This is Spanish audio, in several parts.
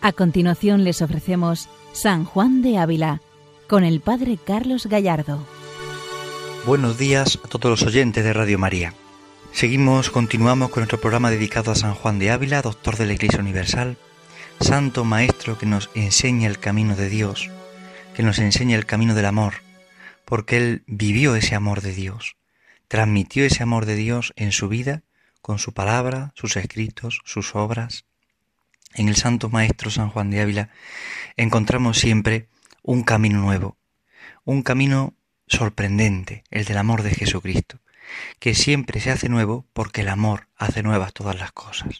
A continuación les ofrecemos San Juan de Ávila con el Padre Carlos Gallardo. Buenos días a todos los oyentes de Radio María. Continuamos con nuestro programa dedicado a San Juan de Ávila, doctor de la Iglesia Universal, santo maestro que nos enseña el camino de Dios, que nos enseña el camino del amor, porque él vivió ese amor de Dios, transmitió ese amor de Dios en su vida, con su palabra, sus escritos, sus obras. En el santo maestro San Juan de Ávila encontramos siempre un camino nuevo, un camino sorprendente, el del amor de Jesucristo, que siempre se hace nuevo porque el amor hace nuevas todas las cosas.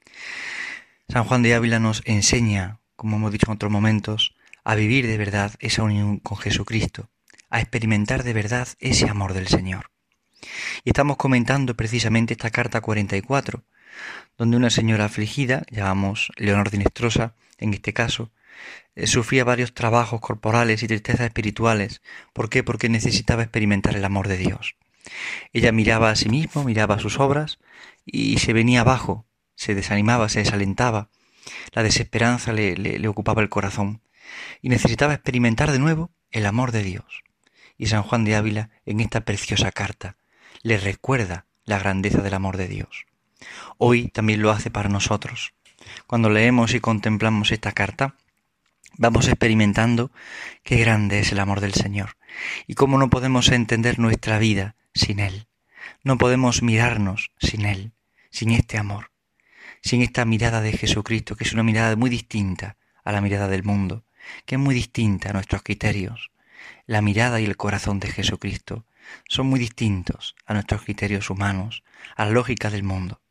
San Juan de Ávila nos enseña, como hemos dicho en otros momentos, a vivir de verdad esa unión con Jesucristo, a experimentar de verdad ese amor del Señor. Y estamos comentando precisamente esta carta 44, donde una señora afligida, llamamos Leonor Dinestrosa, en este caso, sufría varios trabajos corporales y tristezas espirituales. ¿Por qué? Porque necesitaba experimentar el amor de Dios. Ella miraba a sí misma, miraba sus obras y se venía abajo, se desanimaba, se desalentaba, la desesperanza le ocupaba el corazón y necesitaba experimentar de nuevo el amor de Dios. Y San Juan de Ávila, en esta preciosa carta, le recuerda la grandeza del amor de Dios. Hoy también lo hace para nosotros. Cuando leemos y contemplamos esta carta, vamos experimentando qué grande es el amor del Señor y cómo no podemos entender nuestra vida sin Él. No podemos mirarnos sin Él, sin este amor, sin esta mirada de Jesucristo, que es una mirada muy distinta a la mirada del mundo, que es muy distinta a nuestros criterios. La mirada y el corazón de Jesucristo son muy distintos a nuestros criterios humanos, a la lógica del mundo.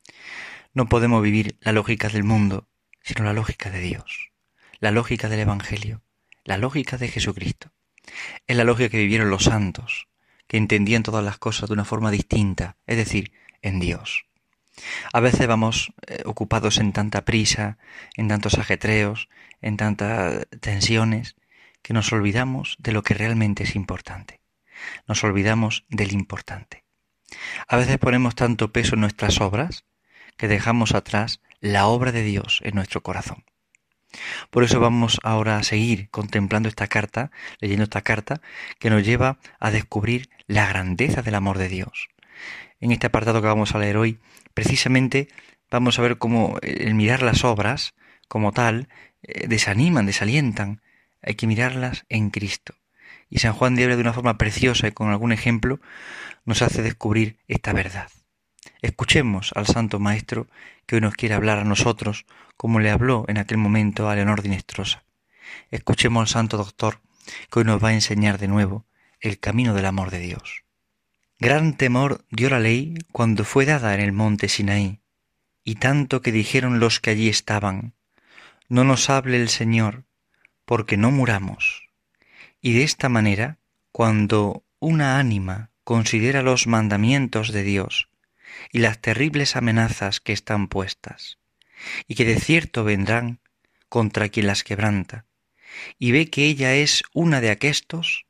No podemos vivir la lógica del mundo, sino la lógica de Dios, la lógica del Evangelio, la lógica de Jesucristo. Es la lógica que vivieron los santos, que entendían todas las cosas de una forma distinta, es decir, en Dios. A veces vamos ocupados en tanta prisa, en tantos ajetreos, en tantas tensiones, que nos olvidamos de lo que realmente es importante. Nos olvidamos del importante. A veces ponemos tanto peso en nuestras obras que dejamos atrás la obra de Dios en nuestro corazón. Por eso vamos ahora a seguir contemplando esta carta, leyendo esta carta, que nos lleva a descubrir la grandeza del amor de Dios. En este apartado que vamos a leer hoy, precisamente vamos a ver cómo el mirar las obras como tal desaniman, desalientan. Hay que mirarlas en Cristo. Y San Juan de Ávila, de una forma preciosa y con algún ejemplo, nos hace descubrir esta verdad. Escuchemos al Santo Maestro que hoy nos quiere hablar a nosotros, como le habló en aquel momento a Leonor Dinestrosa. Escuchemos al Santo Doctor que hoy nos va a enseñar de nuevo el camino del amor de Dios. Gran temor dio la ley cuando fue dada en el monte Sinaí, y tanto que dijeron los que allí estaban: no nos hable el Señor, porque no muramos. Y de esta manera, cuando una ánima considera los mandamientos de Dios y las terribles amenazas que están puestas, y que de cierto vendrán contra quien las quebranta, y ve que ella es una de aquestos,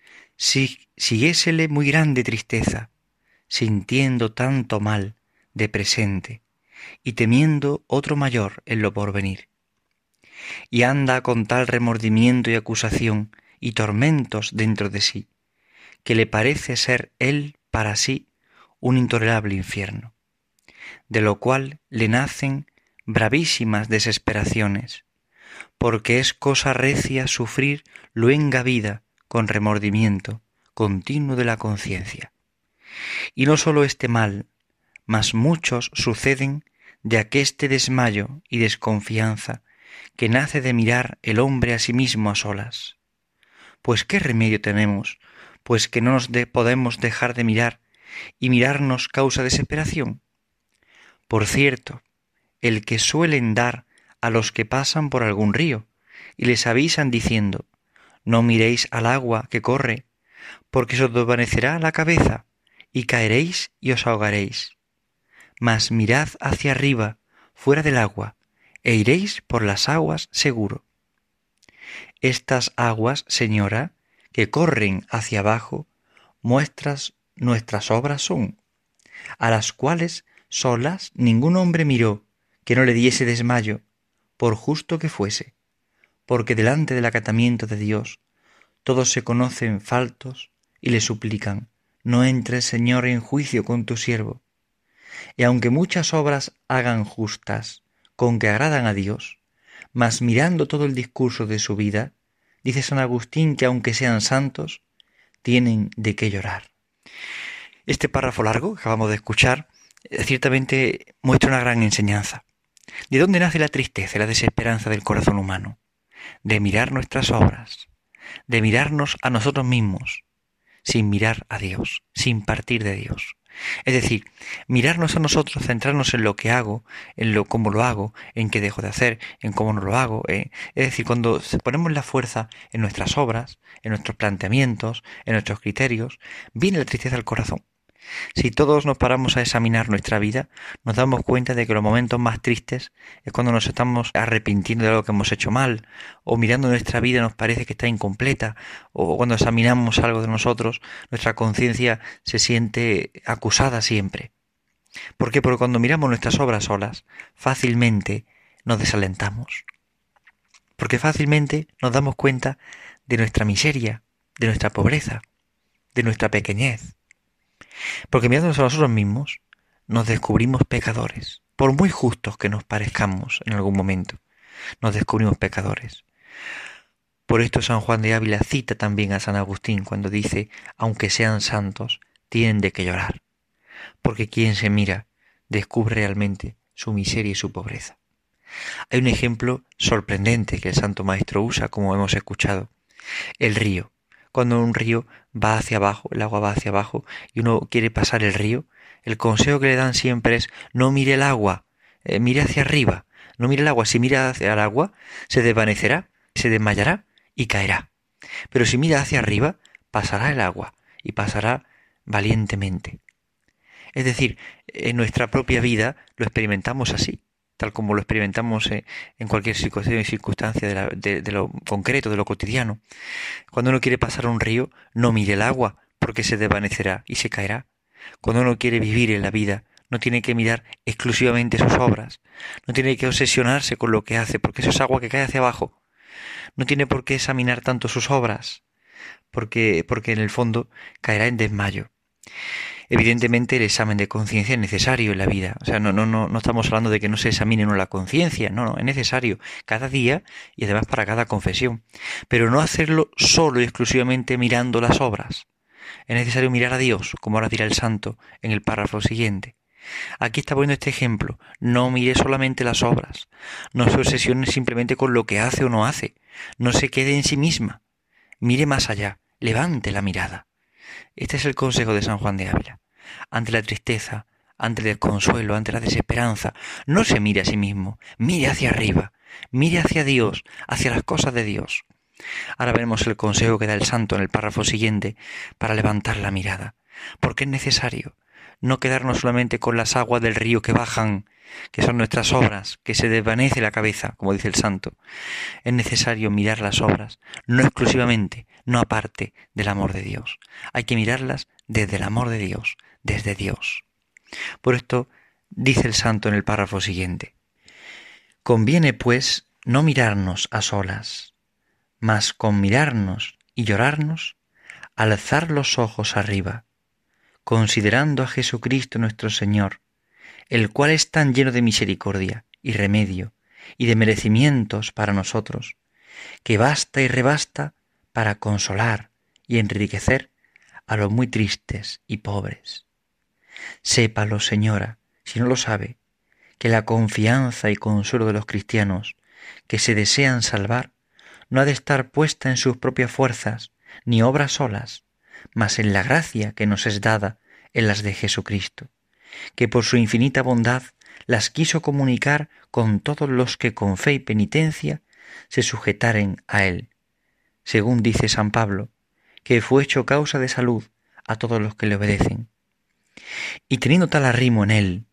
siguésele muy grande tristeza, sintiendo tanto mal de presente, y temiendo otro mayor en lo porvenir. Y anda con tal remordimiento y acusación y tormentos dentro de sí, que le parece ser él para sí un intolerable infierno, de lo cual le nacen bravísimas desesperaciones, porque es cosa recia sufrir luenga vida con remordimiento continuo de la conciencia. Y no sólo este mal, mas muchos suceden de aqueste desmayo y desconfianza que nace de mirar el hombre a sí mismo a solas. Pues ¿qué remedio tenemos? Pues que no nos podemos dejar de mirar, y mirarnos causa desesperación. Por cierto, el que suelen dar a los que pasan por algún río, y les avisan diciendo: no miréis al agua que corre, porque se os desvanecerá la cabeza, y caeréis y os ahogaréis. Mas mirad hacia arriba, fuera del agua, e iréis por las aguas seguro. Estas aguas, señora, que corren hacia abajo, nuestras obras son, a las cuales solas ningún hombre miró que no le diese desmayo, por justo que fuese, porque delante del acatamiento de Dios todos se conocen faltos y le suplican: no entres, Señor, en juicio con tu siervo. Y aunque muchas obras hagan justas, con que agradan a Dios, mas mirando todo el discurso de su vida, dice San Agustín que aunque sean santos, tienen de qué llorar. Este párrafo largo que acabamos de escuchar ciertamente muestra una gran enseñanza. ¿De dónde nace la tristeza y la desesperanza del corazón humano? De mirar nuestras obras, de mirarnos a nosotros mismos, sin mirar a Dios, sin partir de Dios. Es decir, mirarnos a nosotros, centrarnos en lo que hago, en cómo lo hago, en qué dejo de hacer, en cómo no lo hago. Es decir, cuando ponemos la fuerza en nuestras obras, en nuestros planteamientos, en nuestros criterios, viene la tristeza al corazón. Si todos nos paramos a examinar nuestra vida, nos damos cuenta de que los momentos más tristes es cuando nos estamos arrepintiendo de algo que hemos hecho mal, o mirando nuestra vida nos parece que está incompleta, o cuando examinamos algo de nosotros, nuestra conciencia se siente acusada siempre. ¿Por qué? Porque cuando miramos nuestras obras solas, fácilmente nos desalentamos. Porque fácilmente nos damos cuenta de nuestra miseria, de nuestra pobreza, de nuestra pequeñez. Porque mirándonos a nosotros mismos, nos descubrimos pecadores. Por muy justos que nos parezcamos en algún momento, nos descubrimos pecadores. Por esto San Juan de Ávila cita también a San Agustín cuando dice: aunque sean santos, tienen de qué llorar. Porque quien se mira, descubre realmente su miseria y su pobreza. Hay un ejemplo sorprendente que el Santo Maestro usa, como hemos escuchado: el río. Cuando un río va hacia abajo, el agua va hacia abajo y uno quiere pasar el río, el consejo que le dan siempre es: no mire el agua, mire hacia arriba, no mire el agua. Si mira hacia el agua, se desvanecerá, se desmayará y caerá. Pero si mira hacia arriba, pasará el agua y pasará valientemente. Es decir, en nuestra propia vida lo experimentamos así, tal como lo experimentamos en cualquier situación y circunstancia de lo concreto, de lo cotidiano. Cuando uno quiere pasar un río, no mire el agua, porque se desvanecerá y se caerá. Cuando uno quiere vivir en la vida, no tiene que mirar exclusivamente sus obras, no tiene que obsesionarse con lo que hace, porque eso es agua que cae hacia abajo. No tiene por qué examinar tanto sus obras, porque en el fondo caerá en desmayo. Evidentemente el examen de conciencia es necesario en la vida. O sea, no estamos hablando de que no se examine uno la conciencia. No, es necesario cada día y además para cada confesión. Pero no hacerlo solo y exclusivamente mirando las obras. Es necesario mirar a Dios, como ahora dirá el santo en el párrafo siguiente. Aquí está poniendo este ejemplo: no mire solamente las obras, no se obsesione simplemente con lo que hace o no hace, no se quede en sí misma, mire más allá, levante la mirada. Este es el consejo de San Juan de Ávila. Ante la tristeza, ante el desconsuelo, ante la desesperanza, no se mire a sí mismo, mire hacia arriba, mire hacia Dios, hacia las cosas de Dios. Ahora veremos el consejo que da el santo en el párrafo siguiente para levantar la mirada, porque es necesario no quedarnos solamente con las aguas del río que bajan, que son nuestras obras, que se desvanece la cabeza, como dice el santo. Es necesario mirar las obras, no exclusivamente, no aparte del amor de Dios. Hay que mirarlas desde el amor de Dios, desde Dios. Por esto dice el santo en el párrafo siguiente: conviene, pues, no mirarnos a solas, mas con mirarnos y llorarnos, alzar los ojos arriba, considerando a Jesucristo nuestro Señor, el cual es tan lleno de misericordia y remedio y de merecimientos para nosotros, que basta y rebasta para consolar y enriquecer a los muy tristes y pobres. Sépalo, señora, si no lo sabe, que la confianza y consuelo de los cristianos que se desean salvar no ha de estar puesta en sus propias fuerzas ni obras solas, mas en la gracia que nos es dada en las de Jesucristo, que por su infinita bondad las quiso comunicar con todos los que con fe y penitencia se sujetaren a Él, según dice San Pablo, que fue hecho causa de salud a todos los que le obedecen. Y teniendo tal arrimo en Él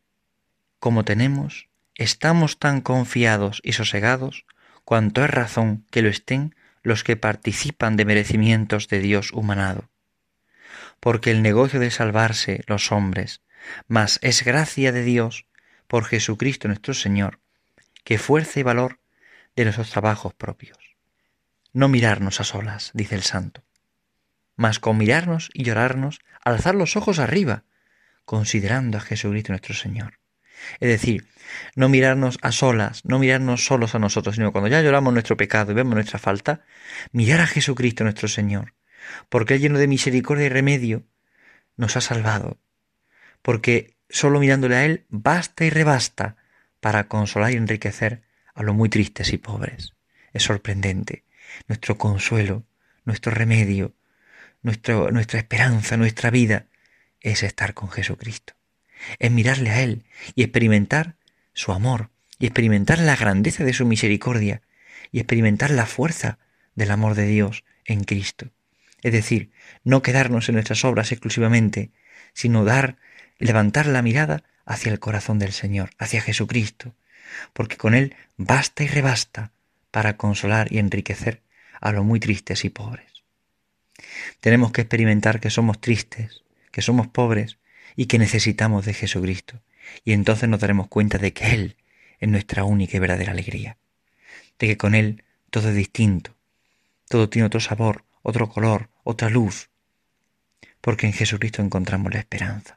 como tenemos, estamos tan confiados y sosegados cuanto es razón que lo estén los que participan de merecimientos de Dios humanado. Porque el negocio de salvarse los hombres, mas es gracia de Dios por Jesucristo nuestro Señor, que fuerza y valor de nuestros trabajos propios. No mirarnos a solas, dice el santo, mas con mirarnos y llorarnos, alzar los ojos arriba, considerando a Jesucristo nuestro Señor. Es decir, no mirarnos a solas, no mirarnos solos a nosotros, sino cuando ya lloramos nuestro pecado y vemos nuestra falta, mirar a Jesucristo nuestro Señor, porque Él, lleno de misericordia y remedio, nos ha salvado, porque solo mirándole a Él basta y rebasta para consolar y enriquecer a los muy tristes y pobres. Es sorprendente. Nuestro consuelo, nuestro remedio, nuestra esperanza, nuestra vida, es estar con Jesucristo. Es mirarle a Él y experimentar su amor, y experimentar la grandeza de su misericordia, y experimentar la fuerza del amor de Dios en Cristo. Es decir, no quedarnos en nuestras obras exclusivamente, sino levantar la mirada hacia el corazón del Señor, hacia Jesucristo, porque con Él basta y rebasta para consolar y enriquecer a los muy tristes y pobres. Tenemos que experimentar que somos tristes, que somos pobres y que necesitamos de Jesucristo, y entonces nos daremos cuenta de que Él es nuestra única y verdadera alegría, de que con Él todo es distinto, todo tiene otro sabor, otro color, otra luz, porque en Jesucristo encontramos la esperanza.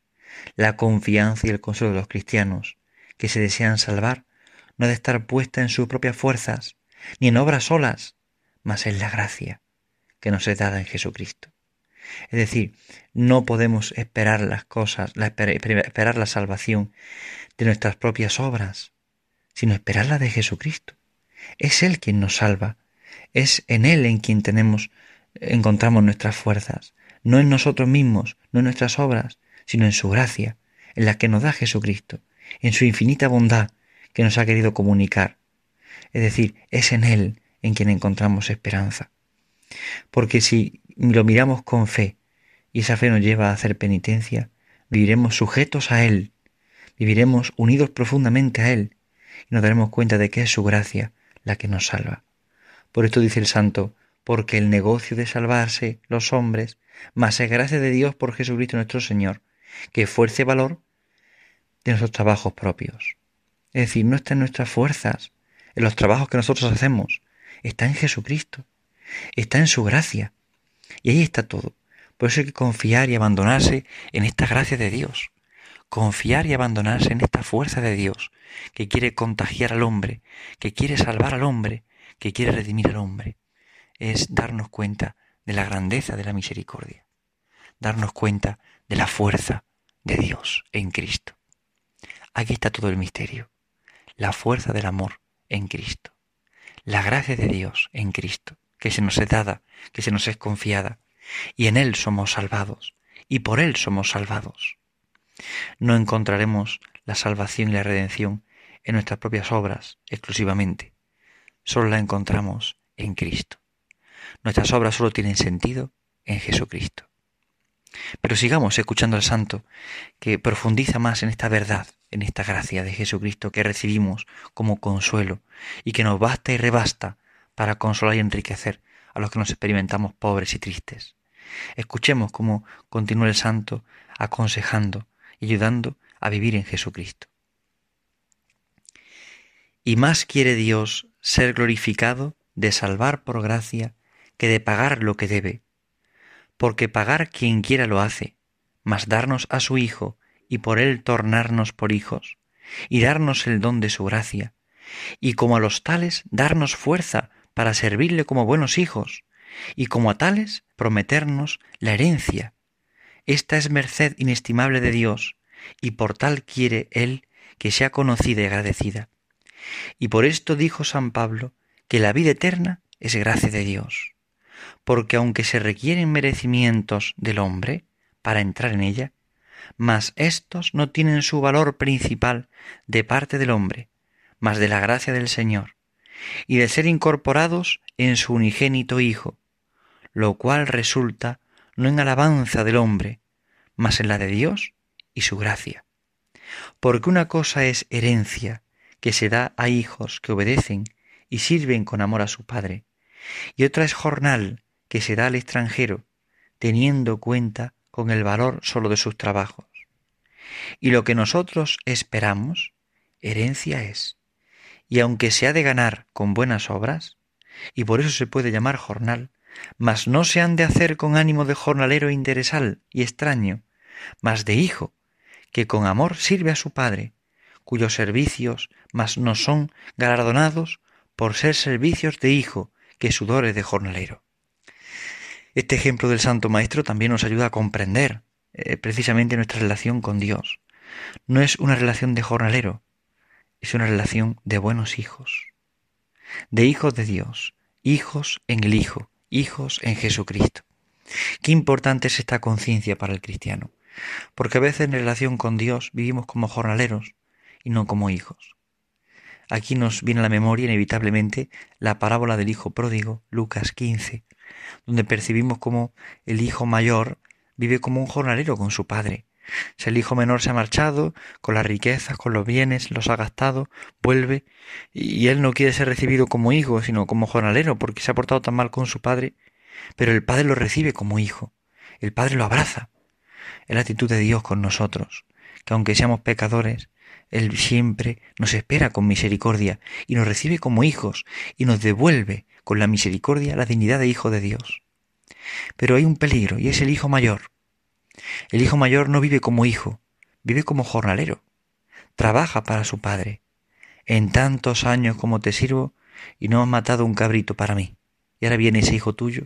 La confianza y el consuelo de los cristianos que se desean salvar no ha de estar puesta en sus propias fuerzas, ni en obras solas, mas en la gracia que nos es dada en Jesucristo. Es decir, no podemos esperar las cosas, esperar la salvación de nuestras propias obras, sino esperarla de Jesucristo. Es Él quien nos salva, es en Él en quien encontramos nuestras fuerzas, no en nosotros mismos, no en nuestras obras, sino en su gracia, en la que nos da Jesucristo, en su infinita bondad que nos ha querido comunicar. Es decir, es en Él en quien encontramos esperanza. Porque si lo miramos con fe y esa fe nos lleva a hacer penitencia, viviremos sujetos a Él, viviremos unidos profundamente a Él y nos daremos cuenta de que es su gracia la que nos salva. Por esto dice el santo, porque el negocio de salvarse los hombres, más es gracia de Dios por Jesucristo nuestro Señor, que fuerza y valor de nuestros trabajos propios. Es decir, no está en nuestras fuerzas, en los trabajos que nosotros hacemos, está en Jesucristo, está en su gracia, y ahí está todo. Por eso hay que confiar y abandonarse en esta gracia de Dios, confiar y abandonarse en esta fuerza de Dios, que quiere contagiar al hombre, que quiere salvar al hombre, que quiere redimir al hombre. Es darnos cuenta de la grandeza de la misericordia, darnos cuenta de la fuerza de Dios en Cristo. Aquí está todo el misterio, la fuerza del amor en Cristo, la gracia de Dios en Cristo, que se nos es dada, que se nos es confiada, y en Él somos salvados, y por Él somos salvados. No encontraremos la salvación y la redención en nuestras propias obras exclusivamente, solo la encontramos en Cristo. Nuestras obras solo tienen sentido en Jesucristo. Pero sigamos escuchando al santo, que profundiza más en esta verdad, en esta gracia de Jesucristo que recibimos como consuelo y que nos basta y rebasta para consolar y enriquecer a los que nos experimentamos pobres y tristes. Escuchemos cómo continúa el santo aconsejando y ayudando a vivir en Jesucristo. Y más quiere Dios ser glorificado de salvar por gracia que de pagar lo que debe, porque pagar quien quiera lo hace, mas darnos a su Hijo y por Él tornarnos por hijos, y darnos el don de su gracia, y como a los tales darnos fuerza para servirle como buenos hijos, y como a tales prometernos la herencia. Esta es merced inestimable de Dios, y por tal quiere Él que sea conocida y agradecida. Y por esto dijo San Pablo que la vida eterna es gracia de Dios, porque aunque se requieren merecimientos del hombre para entrar en ella, mas éstos no tienen su valor principal de parte del hombre, mas de la gracia del Señor, y de ser incorporados en su unigénito Hijo, lo cual resulta no en alabanza del hombre, mas en la de Dios y su gracia. Porque una cosa es herencia, que se da a hijos que obedecen y sirven con amor a su padre, y otra es jornal, que se da al extranjero, teniendo cuenta con el valor solo de sus trabajos. Y lo que nosotros esperamos, herencia es, y aunque se ha de ganar con buenas obras, y por eso se puede llamar jornal, mas no se han de hacer con ánimo de jornalero interesal y extraño, mas de hijo, que con amor sirve a su padre, cuyos servicios mas no son galardonados por ser servicios de hijo que sudores de jornalero. Este ejemplo del Santo Maestro también nos ayuda a comprender precisamente nuestra relación con Dios. No es una relación de jornalero, es una relación de buenos hijos, de hijos de Dios, hijos en el Hijo, hijos en Jesucristo. Qué importante es esta conciencia para el cristiano, porque a veces en relación con Dios vivimos como jornaleros y no como hijos. Aquí nos viene a la memoria inevitablemente la parábola del hijo pródigo, Lucas 15, donde percibimos cómo el hijo mayor vive como un jornalero con su padre. Si el hijo menor se ha marchado, con las riquezas, con los bienes, los ha gastado, vuelve, y él no quiere ser recibido como hijo, sino como jornalero, porque se ha portado tan mal con su padre, pero el padre lo recibe como hijo, el padre lo abraza. Es la actitud de Dios con nosotros, que aunque seamos pecadores, Él siempre nos espera con misericordia y nos recibe como hijos y nos devuelve con la misericordia la dignidad de hijo de Dios. Pero hay un peligro y es el hijo mayor. El hijo mayor no vive como hijo, vive como jornalero. Trabaja para su padre. En tantos años como te sirvo y no has matado un cabrito para mí. Y ahora viene ese hijo tuyo.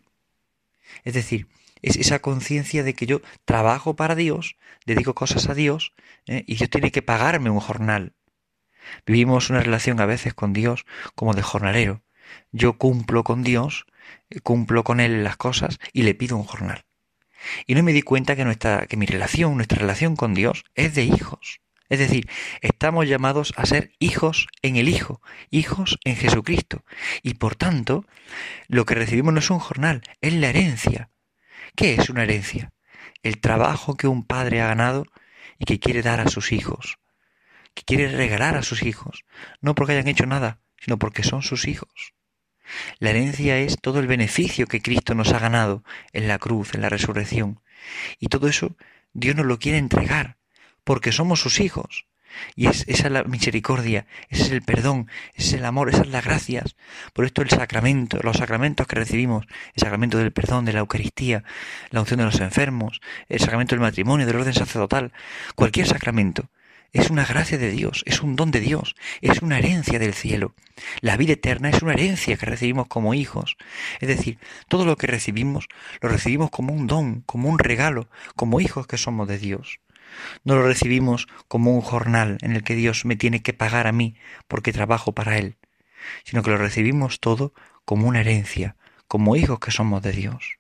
Es decir, es esa conciencia de que yo trabajo para Dios, dedico cosas a Dios, y Dios tiene que pagarme un jornal. Vivimos una relación a veces con Dios como de jornalero. Yo cumplo con Dios, cumplo con Él las cosas y le pido un jornal. Y no me di cuenta que nuestra relación con Dios es de hijos. Es decir, estamos llamados a ser hijos en el Hijo, hijos en Jesucristo. Y por tanto, lo que recibimos no es un jornal, es la herencia. ¿Qué es una herencia? El trabajo que un padre ha ganado y que quiere dar a sus hijos, que quiere regalar a sus hijos, no porque hayan hecho nada, sino porque son sus hijos. La herencia es todo el beneficio que Cristo nos ha ganado en la cruz, en la resurrección. Y todo eso Dios nos lo quiere entregar, porque somos sus hijos. Y esa es la misericordia, ese es el perdón, ese es el amor, esas son las gracias. Por esto el sacramento, los sacramentos que recibimos, el sacramento del perdón, de la Eucaristía, la unción de los enfermos, el sacramento del matrimonio, del orden sacerdotal, cualquier sacramento, es una gracia de Dios, es un don de Dios, es una herencia del cielo. La vida eterna es una herencia que recibimos como hijos. Es decir, todo lo que recibimos, lo recibimos como un don, como un regalo, como hijos que somos de Dios. No lo recibimos como un jornal en el que Dios me tiene que pagar a mí porque trabajo para Él, sino que lo recibimos todo como una herencia, como hijos que somos de Dios.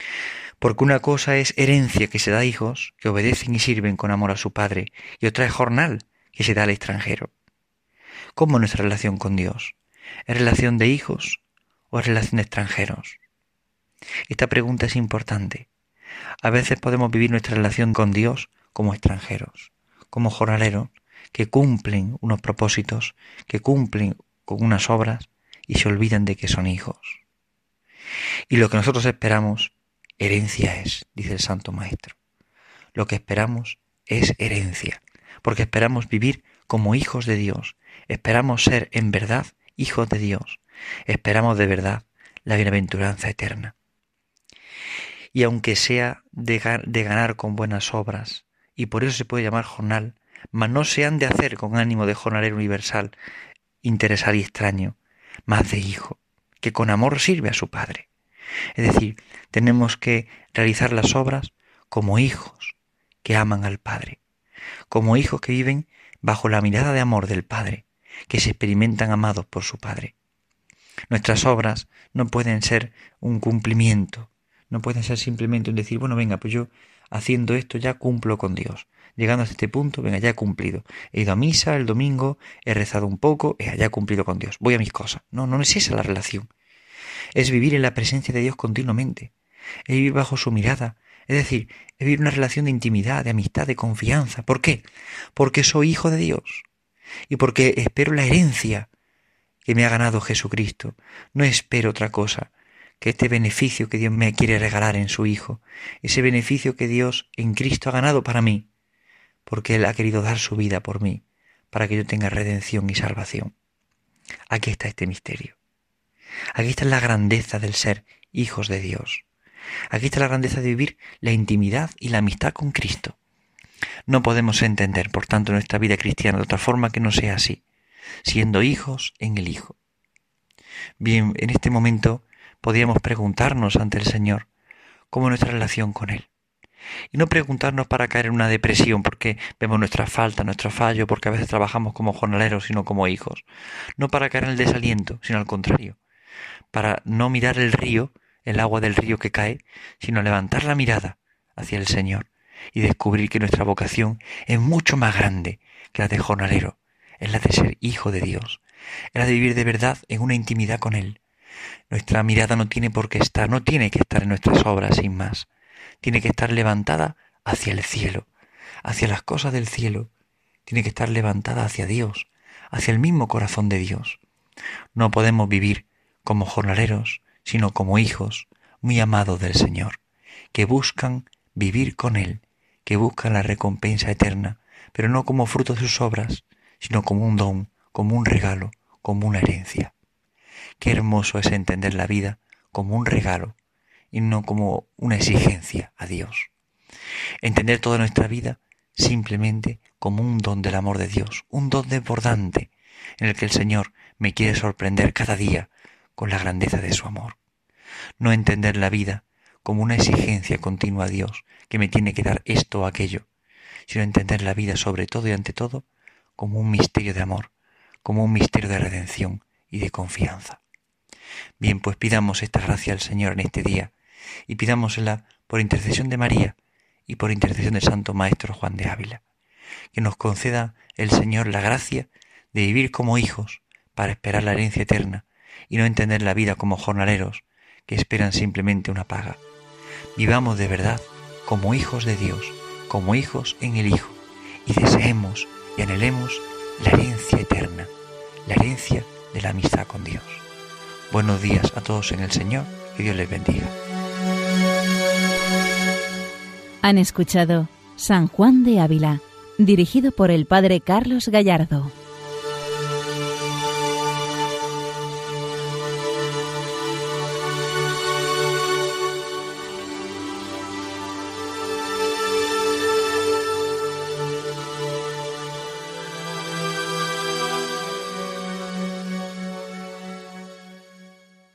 Porque una cosa es herencia que se da a hijos que obedecen y sirven con amor a su Padre, y otra es jornal que se da al extranjero. ¿Cómo es nuestra relación con Dios? ¿Es relación de hijos o es relación de extranjeros? Esta pregunta es importante. A veces podemos vivir nuestra relación con Dios como extranjeros, como jornaleros que cumplen unos propósitos, que cumplen con unas obras y se olvidan de que son hijos. Y lo que nosotros esperamos, herencia es, dice el Santo Maestro. Lo que esperamos es herencia, porque esperamos vivir como hijos de Dios, esperamos ser en verdad hijos de Dios, esperamos de verdad la bienaventuranza eterna. Y aunque sea de ganar con buenas obras, y por eso se puede llamar jornal, mas no se han de hacer con ánimo de jornalero universal, interesar y extraño, más de hijo, que con amor sirve a su Padre. Es decir, tenemos que realizar las obras como hijos que aman al Padre, como hijos que viven bajo la mirada de amor del Padre, que se experimentan amados por su Padre. Nuestras obras no pueden ser un cumplimiento, no pueden ser simplemente un decir, bueno, venga, pues yo haciendo esto ya cumplo con Dios. Llegando hasta este punto, venga, ya he cumplido. He ido a misa el domingo, he rezado un poco, ya he cumplido con Dios. Voy a mis cosas. No es esa la relación. Es vivir en la presencia de Dios continuamente. Es vivir bajo su mirada. Es decir, es vivir una relación de intimidad, de amistad, de confianza. ¿Por qué? Porque soy hijo de Dios. Y porque espero la herencia que me ha ganado Jesucristo. No espero otra cosa que este beneficio que Dios me quiere regalar en su Hijo, ese beneficio que Dios en Cristo ha ganado para mí, porque Él ha querido dar su vida por mí, para que yo tenga redención y salvación. Aquí está este misterio. Aquí está la grandeza del ser hijos de Dios. Aquí está la grandeza de vivir la intimidad y la amistad con Cristo. No podemos entender, por tanto, nuestra vida cristiana de otra forma que no sea así, siendo hijos en el Hijo. Bien, en este momento podríamos preguntarnos ante el Señor cómo es nuestra relación con Él. Y no preguntarnos para caer en una depresión porque vemos nuestra falta, nuestro fallo, porque a veces trabajamos como jornaleros sino como hijos. No para caer en el desaliento, sino al contrario. Para no mirar el río, el agua del río que cae, sino levantar la mirada hacia el Señor y descubrir que nuestra vocación es mucho más grande que la de jornalero, es la de ser hijo de Dios, es la de vivir de verdad en una intimidad con Él. Nuestra mirada no tiene que estar en nuestras obras sin más. Tiene que estar levantada hacia el cielo, hacia las cosas del cielo. Tiene que estar levantada hacia Dios, hacia el mismo corazón de Dios. No podemos vivir como jornaleros, sino como hijos muy amados del Señor, que buscan vivir con Él, que buscan la recompensa eterna, pero no como fruto de sus obras, sino como un don, como un regalo, como una herencia. Qué hermoso es entender la vida como un regalo y no como una exigencia a Dios. Entender toda nuestra vida simplemente como un don del amor de Dios, un don desbordante en el que el Señor me quiere sorprender cada día con la grandeza de su amor. No entender la vida como una exigencia continua a Dios que me tiene que dar esto o aquello, sino entender la vida sobre todo y ante todo como un misterio de amor, como un misterio de redención y de confianza. Bien, pues pidamos esta gracia al Señor en este día y pidámosela por intercesión de María y por intercesión del Santo Maestro Juan de Ávila, que nos conceda el Señor la gracia de vivir como hijos para esperar la herencia eterna y no entender la vida como jornaleros que esperan simplemente una paga. Vivamos de verdad como hijos de Dios, como hijos en el Hijo, y deseemos y anhelemos la herencia eterna, la herencia de la amistad con Dios. Buenos días a todos en el Señor, que Dios les bendiga. Han escuchado San Juan de Ávila, dirigido por el Padre Carlos Gallardo.